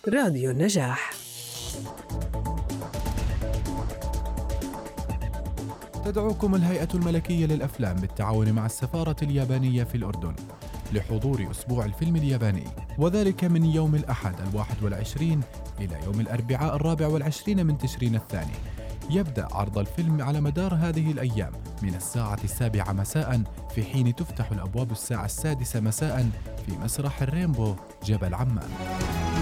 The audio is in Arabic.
راديو النجاح. تدعوكم الهيئة الملكية للأفلام بالتعاون مع السفارة اليابانية في الأردن لحضور أسبوع الفيلم الياباني، وذلك من يوم الأحد 21 إلى يوم الأربعاء 24 من تشرين الثاني. يبدأ عرض الفيلم على مدار هذه الأيام من الساعة 7 مساء، في حين تفتح الأبواب الساعة 6 مساء في مسرح الرينبو جبل عمان.